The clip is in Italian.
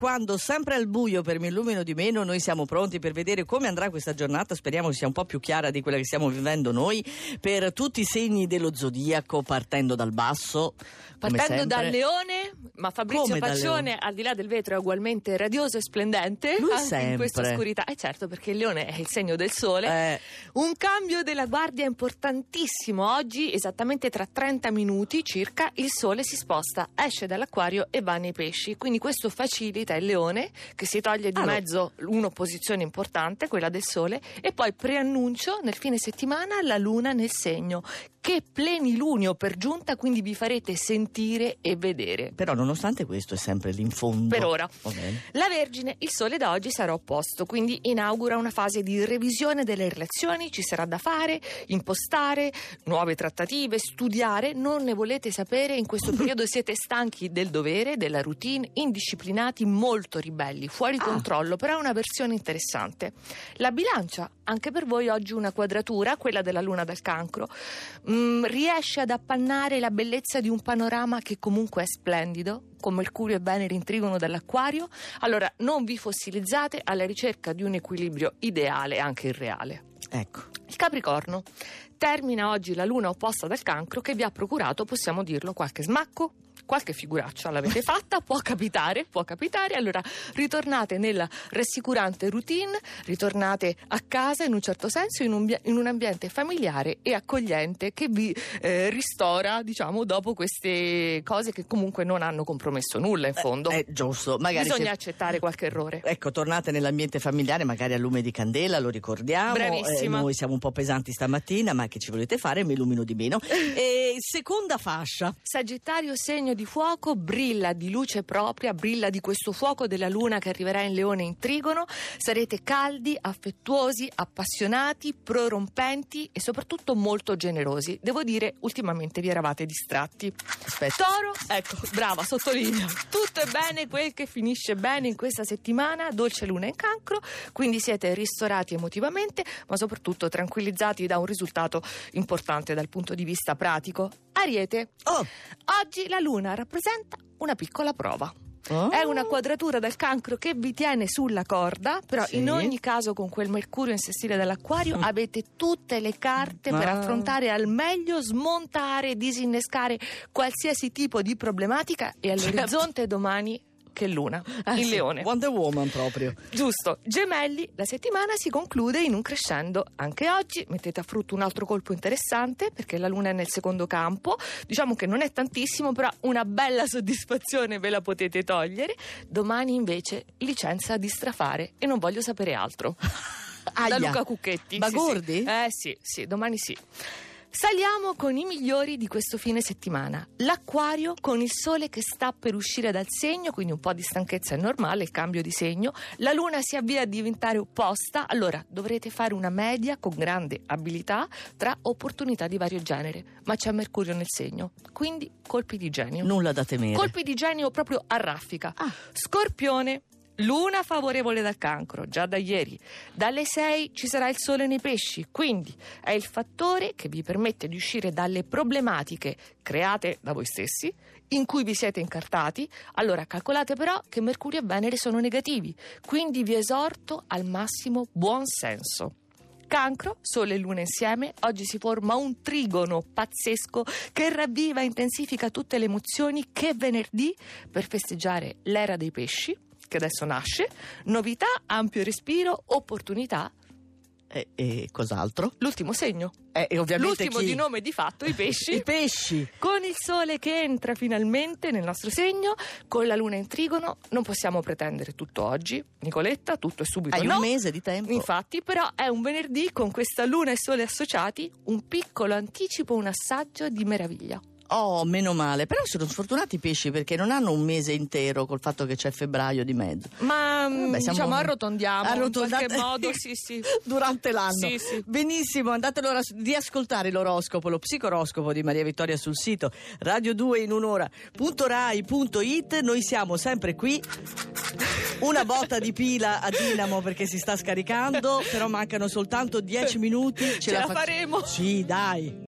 Quando sempre al buio per mi illumino di meno, noi siamo pronti per vedere come andrà questa giornata. Speriamo che sia un po' più chiara di quella che stiamo vivendo noi, per tutti i segni dello zodiaco, partendo dal basso. Partendo dal leone, ma Fabrizio Paccione, al di là del vetro, è ugualmente radioso e splendente. Lui anche sempre. In questa oscurità. Certo, perché il leone è il segno del sole. Un cambio della guardia importantissimo. Oggi, esattamente tra 30 minuti circa, il sole si sposta, esce dall'acquario e va nei pesci. Quindi questo facilita il leone, che si toglie di mezzo un'opposizione importante, quella del sole, e poi preannuncio nel fine settimana la luna nel segno. Che plenilunio per giunta, quindi vi farete sentire e vedere. Però nonostante questo è sempre lì in fondo. Per ora. La Vergine, il sole da oggi sarà opposto, quindi inaugura una fase di revisione delle relazioni, ci sarà da fare, impostare, nuove trattative, studiare. Non ne volete sapere, in questo periodo siete stanchi del dovere, della routine, indisciplinati, molto ribelli, fuori controllo, però è una versione interessante. La Bilancia, anche per voi oggi una quadratura, quella della luna del Cancro. Riesce ad appannare la bellezza di un panorama che comunque è splendido, con Mercurio e Venere intrigono dall'Acquario. Allora non vi fossilizzate, alla ricerca di un equilibrio ideale, anche irreale. Ecco. Il Capricorno, termina oggi la luna opposta dal Cancro, che vi ha procurato, possiamo dirlo, qualche smacco, qualche figuraccia l'avete fatta, può capitare. Allora ritornate nella rassicurante routine, ritornate a casa in un certo senso, in un ambiente familiare e accogliente che vi ristora, diciamo, dopo queste cose che comunque non hanno compromesso nulla in fondo. Giusto, magari bisogna accettare qualche errore. Ecco, tornate nell'ambiente familiare, magari a lume di candela, lo ricordiamo. Bravissima. Noi siamo un po' pesanti stamattina, ma che ci volete fare? Mi illumino di meno. Seconda fascia. Sagittario, segno di fuoco, brilla di luce propria, brilla di questo fuoco della luna che arriverà in Leone in Trigono. Sarete caldi, affettuosi, appassionati, prorompenti e soprattutto molto generosi. Devo dire, ultimamente vi eravate distratti. Aspetta. Toro, ecco, brava, sottolineo. Tutto è bene quel che finisce bene in questa settimana, dolce luna in Cancro, quindi siete ristorati emotivamente, ma soprattutto tranquillizzati da un risultato importante dal punto di vista pratico. Ariete, oggi la luna rappresenta una piccola prova. È una quadratura del Cancro che vi tiene sulla corda, però in ogni caso con quel Mercurio in sestile dell'Acquario avete tutte le carte per affrontare al meglio, smontare, disinnescare qualsiasi tipo di problematica, e all'orizzonte domani che luna in Leone. Wonder Woman proprio. Giusto. Gemelli, la settimana si conclude in un crescendo anche oggi. Mettete a frutto un altro colpo interessante, perché la luna è nel secondo campo. Diciamo che non è tantissimo, però una bella soddisfazione ve la potete togliere. Domani invece licenza di strafare e non voglio sapere altro. Da Luca Cucchetti. Bagordi? Sì, domani sì. Saliamo con i migliori di questo fine settimana. L'Acquario, con il sole che sta per uscire dal segno, quindi un po' di stanchezza è normale, il cambio di segno. La luna si avvia a diventare opposta, allora dovrete fare una media con grande abilità tra opportunità di vario genere, ma c'è Mercurio nel segno, quindi colpi di genio. Nulla da temere. Colpi di genio proprio a raffica. Scorpione, luna favorevole dal Cancro, già da ieri. Dalle 6 ci sarà il sole nei pesci, quindi è il fattore che vi permette di uscire dalle problematiche create da voi stessi, in cui vi siete incartati. Allora calcolate però che Mercurio e Venere sono negativi, quindi vi esorto al massimo buon senso. Cancro, Sole e Luna insieme, oggi si forma un trigono pazzesco che ravviva e intensifica tutte le emozioni che venerdì, per festeggiare l'era dei pesci, che adesso nasce, novità, ampio respiro, opportunità. E cos'altro? L'ultimo segno. E ovviamente l'ultimo di nome di fatto, i pesci. I pesci. Con il sole che entra finalmente nel nostro segno, con la luna in Trigono, non possiamo pretendere tutto oggi, Nicoletta, tutto è subito. Hai un mese di tempo. Infatti, però è un venerdì con questa luna e sole associati, un piccolo anticipo, un assaggio di meraviglia. Oh, meno male. Però sono sfortunati i pesci, perché non hanno un mese intero col fatto che c'è febbraio di mezzo. Ma diciamo arrotondiamo in qualche modo, sì. Durante l'anno. Sì. Benissimo, andate allora di ascoltare l'oroscopo, lo psicoroscopo di Maria Vittoria sul sito Radio 2 in un'ora.rai.it. Noi siamo sempre qui. Una botta di pila a Dinamo perché si sta scaricando, però mancano soltanto 10 minuti. Ce la faremo. Sì, dai.